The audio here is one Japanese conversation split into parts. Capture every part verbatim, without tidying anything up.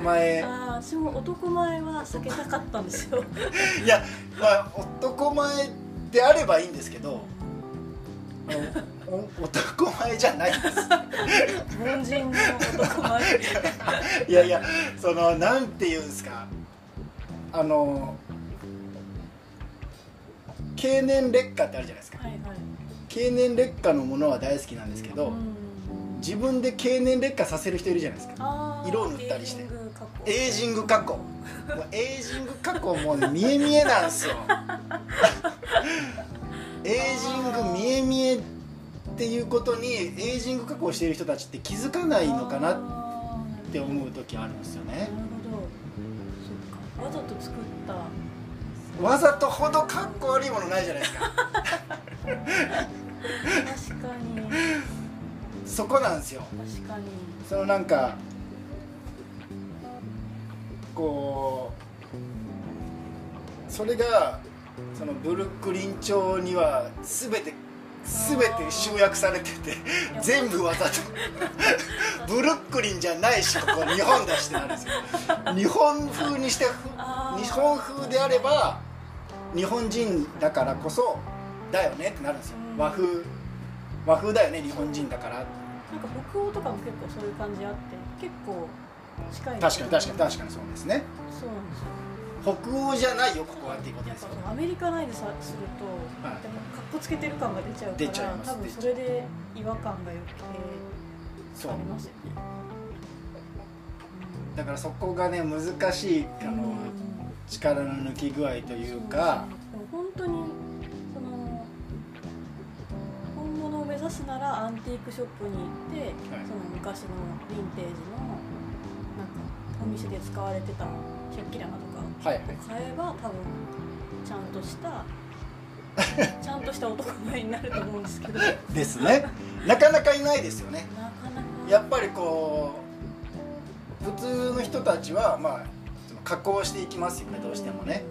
前ああ、私も男前は避けたかったんですよいや、まあ男前であればいいんですけど、お男前じゃないです凡人の男前いやいや、そのなんていうんですか、あの経年劣化ってあるじゃないですか、 はいはい、 経年劣化のものは大好きなんですけど、うん、自分で経年劣化させる人いるじゃないですか。色を塗ったりしてエイジング加工エイジング加工もうね見え見えなんですよエイジング見え見えっていうことにエイジング加工している人たちって気づかないのかなって思う時あるんですよね。 なるほど、そっか、わざと作ったわざとほどかっこ悪いものないじゃないですか確かにそこなんですよ。 確かにそのなんかこうそれがそのブルックリン調には全て全て集約されてて全部わざとブルックリンじゃないしここ日本だしってなるんですよ。日本風にして日本風であれば日本人だからこそだよねってなるんですよ。和風和風だよね日本人だから。なんか北欧とかも結構そういう感じあって結構近い。 確かに確かに確かにそうですね。 そうなんですよ。 北欧じゃないよここはっていうことですよ。 アメリカ内ですると、はい、でもかっこつけてる感が出ちゃうから、多分それで違和感が余計ありますよね。 だからそこがね難しいあの力の抜き具合というか。 でも本当にその本物を目指すならアンティークショップに行って、はい、その昔のヴィンテージのなんかお店で使われてた食器棚とか買えば、はいはい、多分ちゃんとしたちゃんとした男前になると思うんですけどですね。なかなかいないですよね。 なかなかやっぱりこう普通の人たちはまあ加工していきますよねどうしてもね。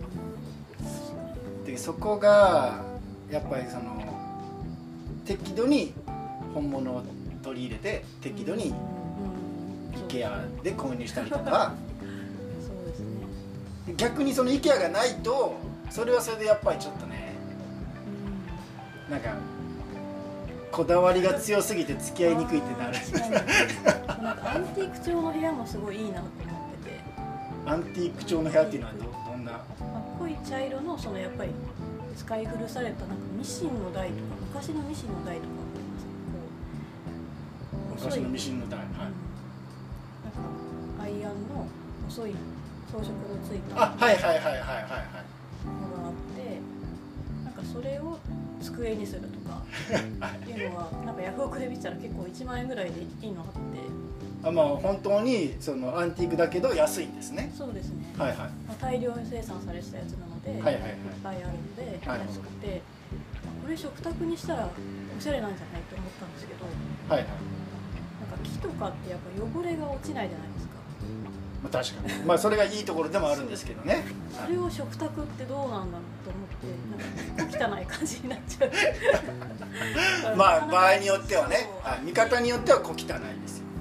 でそこがやっぱりその適度に本物を取り入れて適度に IKEA で購入したりとかそうですね。 逆にその IKEA がないとそれはそれでやっぱりちょっとねなんかこだわりが強すぎて付き合いにくいってなるなんかアンティーク調の部屋もすごいいいなと思ってて。 アンティーク調の部屋っていうのは ど, どんな、まあ、濃い茶色のそのやっぱり使い古されたなんかミシンの台とか昔のミシンの台とかこう昔のミシンの台、はい、なんかアイアンの細い装飾のついたあはいはいはいはいはいはいのがあってなんかそれを机にするとかいうのはなんかヤフオクで見たら結構いちまんえんぐらいでいいのあって。 あまあ本当にそのアンティークだけど安いんですね。 そうですね。 はいはい。 まあ、大量生産されてたやつなので、はいはいはい、いっぱいあるので安くて、これ食卓にしたらおしゃれなんじゃないと思ったんですけど、はいはい。なんか木とかってやっぱ汚れが落ちないじゃないですか。 まあ確かに。まあそれがいいところでもあるんですけどね。 それを食卓ってどうなんだろうと思って、なんか汚い感じになっちゃう。 まあ場合によってはね、見方によっては小汚いですよ。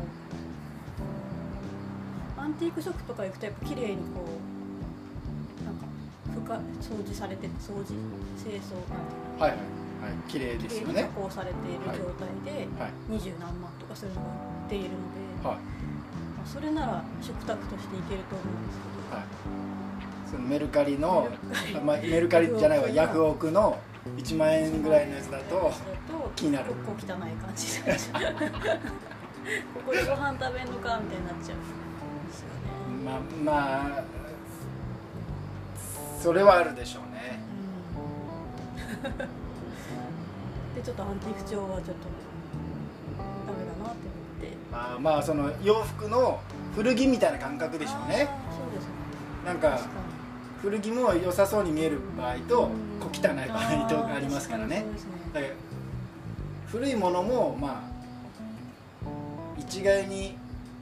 アンティークショップとか行くとやっぱ綺麗にこうなんか深掃除されて掃除清掃なんていうの、はいはいはい、綺麗ですよね。加工されている状態で二十何万とかするのが売っているので、はい、まあ、それなら食卓としていけると思うんですけど、はい、 そのメルカリのメルカリ、まあ、メルカリじゃないわヤフオクのいちまんえんぐらいのやつだと気になる。 結構汚い感じになっちゃうここでご飯食べんのかみたいになっちゃう。 まあまあそれはあるでしょうね、 うん、でちょっとアンティーク調はちょっとダメだなって思って、 まあまあその洋服の古着みたいな感覚でしょうね。そうですね。なんか古着も良さそうに見える場合と小汚い場合とありますからね。だから古いものもまあ一概に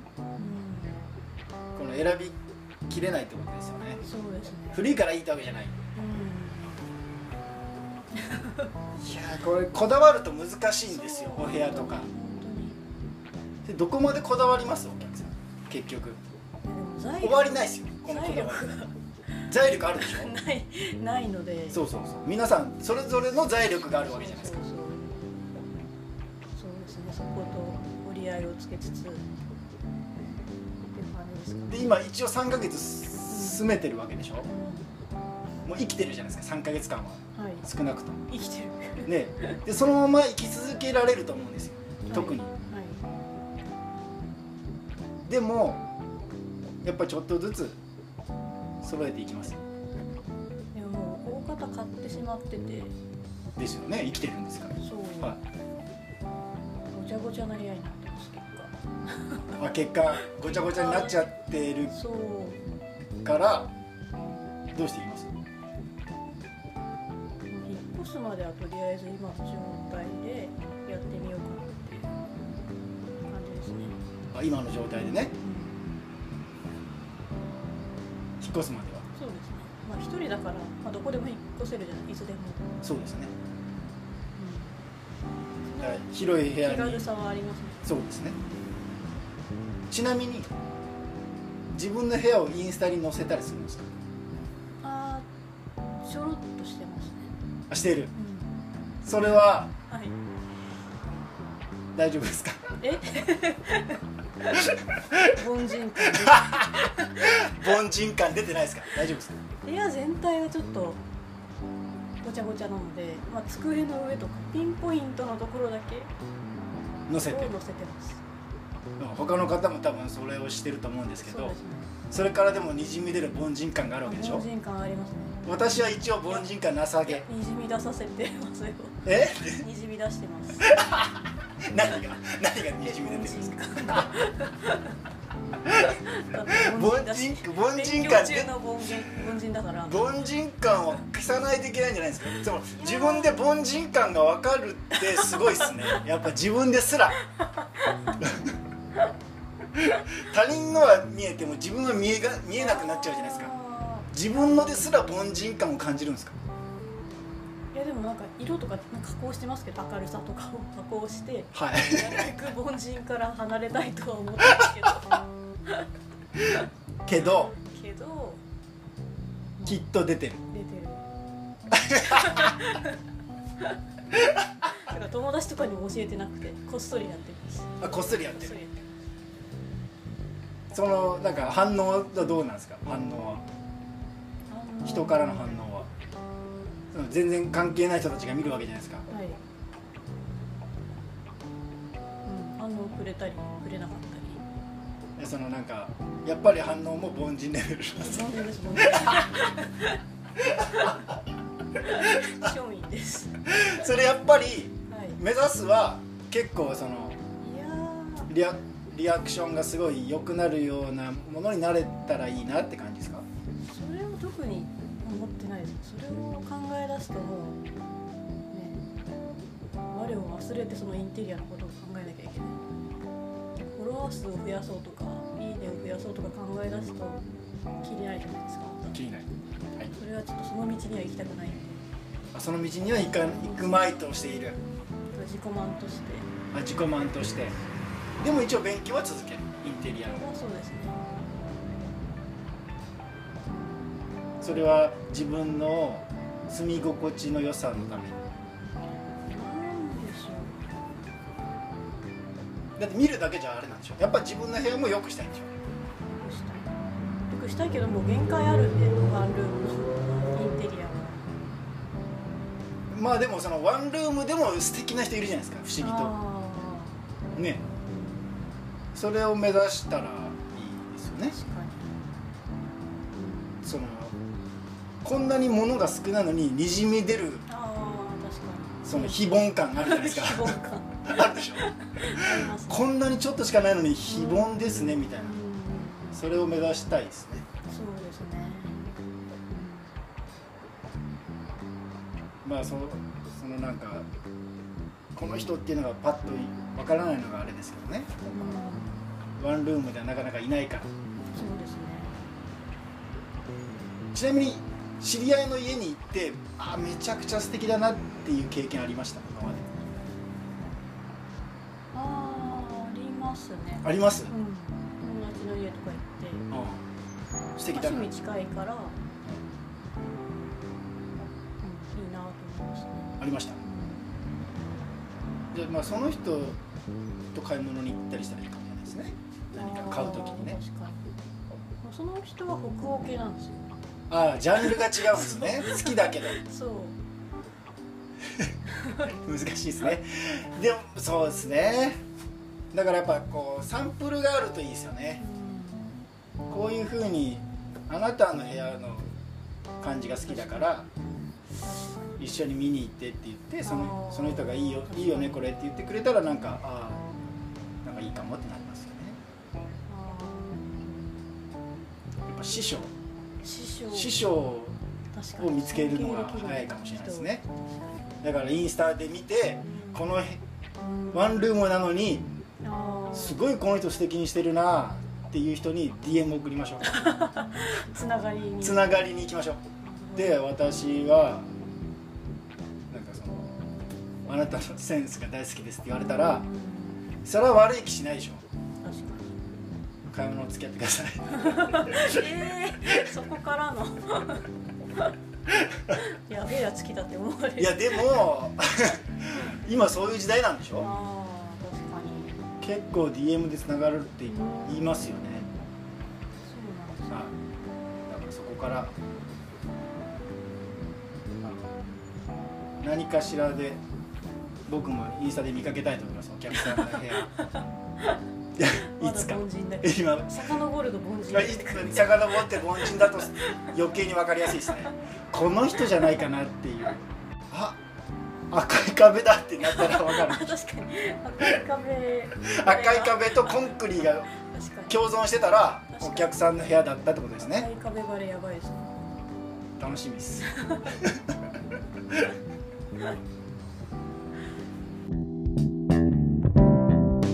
この選びきれないってことですよね。 そうですね。古いからいいってわけじゃない。うん、いやこれこだわると難しいんですよお部屋とか。でどこまでこだわりますお客さん結局。 財終わりないですよこの財言葉力が財力あるでしょないないので、 そうそうそう皆さんそれぞれの財力があるわけじゃないですか。 そうそうそうですね、そこと折り合いをつけつつっていう感じですかね。 で今一応さんかげつ住めてるわけでしょ、もう生きてるじゃないですかさんかげつかんははい、 少なくとも生きてるねでそのまま生き続けられると思うんですよ特に、 はいでもやっぱりちょっとずつ揃えていきますよでももう大方買ってしまってて、 ですよね生きてるんですから。 そう、 はいごちゃごちゃなり合いになってます結果あ結果ごちゃごちゃになっちゃってるそうからどうしていきます？ 引っ越すまではとりあえず今の状態でやってみようかなっていう感じですね。 あ今の状態でねうん、 引っ越すまではそうですね。まあ一人だから、まあ、どこでも引っ越せるじゃないいつでも、 そうですねうん、 だから広い部屋に気軽さはありますね。 そうですね。ちなみに自分の部屋をインスタに載せたりするんですか？ ああ、ちょろっとしてますね。 あしてる。 うん、 それははい。 大丈夫ですか？ え凡人感凡人感出てないですか？大丈夫ですか？ で部屋全体はちょっとごちゃごちゃなので、まあ、机の上とかピンポイントのところだけ載せてるを載せてます。 他の方も多分それをしてると思うんですけど、 そうですね。 それからでもにじみ出る凡人感があるわけでしょ。 凡人感ありますね。 私は一応凡人感なさげ。 にじみ出させてますよ。 えにじみ出してます。 何が何がにじみ出てるんですか？凡人凡人感で勉強中の凡人凡人だから凡人感を消さないといけないんじゃないですか。その自分で凡人感が分かるってすごいっすね。やっぱ自分ですら他人のは見えても自分は見えが見えなくなっちゃうじゃないですか。 あ自分のですら凡人感を感じるんですか？ ーいやでもなんか色とか加工してますけど、明るさとかを加工してはいなるべく凡人から離れたいとは思ってますけどけどけどきっと出てる。 出てるだから友達とかにも教えてなくてこっそりやってますあこっそりやっこってそる。 りやってるそのなんか反応はどうなんですか？反応はあのー人からの反応はその全然関係ない人たちが見るわけじゃないですか。 はい、うん、反応くれたりくれなかったりでそのなんかやっぱり反応も凡人レベルなんですか？ 凡人です凡人庶民ですそれやっぱりはい目指すは結構そのいやーリアリアクションがすごい良くなるようなものになれたらいいなって感じですか？ それを特に思ってないです。それを考え出すともうね我を忘れてそのインテリアのことを考えなきゃいけない。フォロワー数を増やそうとかいいねを増やそうとか考え出すときりないじゃないですか。 気にない、はい、 それはちょっとその道には行きたくないんで、 あその道には行か行くまいとしている。 自己満としてあ自己満としてでも一応勉強は続けるインテリアの。 そうですね。 それは自分の住み心地の良さのために。 なんでしょう。 だって見るだけじゃあれなんでしょ。やっぱ自分の部屋も良くしたいんでしょ。 よくしたい。よくしたいけどもう限界あるんで、ワンルームのインテリアは。 まあでもそのワンルームでも素敵な人いるじゃないですか、不思議あとね。それを目指したらいいですよね。 ー確かに。 そのこんなに物が少ないのににじみ出るああ確かに。 その非凡感があるじゃないですか非凡感あるでしょ。 ありますね。 こんなにちょっとしかないのに非凡ですねみたいな。 うんそれを目指したいですね。 そうですね。 まあそそのなんかこの人っていうのがパッとわからないのがあれですけどね。 うんワンルームではなかなかいないから。 そうですね。 ちなみに知り合いの家に行ってあめちゃくちゃ素敵だなっていう経験ありました？今までああありますね。 あります？ うん。友達の家とか行って素敵だな。 趣味近いから、うん、いいなと思いましたね。 ありました。で、まあその人と買い物に行ったりしたらいいかもしれないですね。何か買うときにね。確かに。 その人は北欧系なんですよ。 ああ、ジャンルが違うんですね。好きだけど。 そう。 難しいですね。でもそうですね。だからやっぱこうサンプルがあるといいですよね。こういう風にあなたの部屋の感じが好きだから一緒に見に行ってって言ってそのその人がいいよいいよねこれって言ってくれたらなんかああなんかいいかもってなりますよね。やっぱ師匠師匠師匠を見つけるのが早いかもしれないですね。だからインスタで見てこのワンルームなのにすごいこの人素敵にしてるなっていう人に ディーエム 送りましょう。 つながりにつながりに行きましょう。で私はなんかそのあなたのセンスが大好きですって言われたらそれは悪い気しないでしょ。 確かに買い物付き合ってください。 えー、そこからのやべえやつ来たって思われる。 いやでも今そういう時代なんでしょ。 あ確かに結構 ディーエム でつながるって言いますよね。 そうなんです。 はい、だからそこから何かしらで僕もインスタで見かけたいと思います。お客さんの部屋いつか今遡ると凡人遡って凡人だと余計に分かりやすいですね。この人じゃないかなっていうあ赤い壁だってなったら分かる。 確かに赤い壁赤い壁とコンクリが共存してたらお客さんの部屋だったってことですね。 赤い壁バレやばいですね。 楽しみです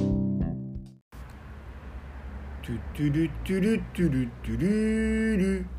トゥトゥルトゥルトゥルトゥルル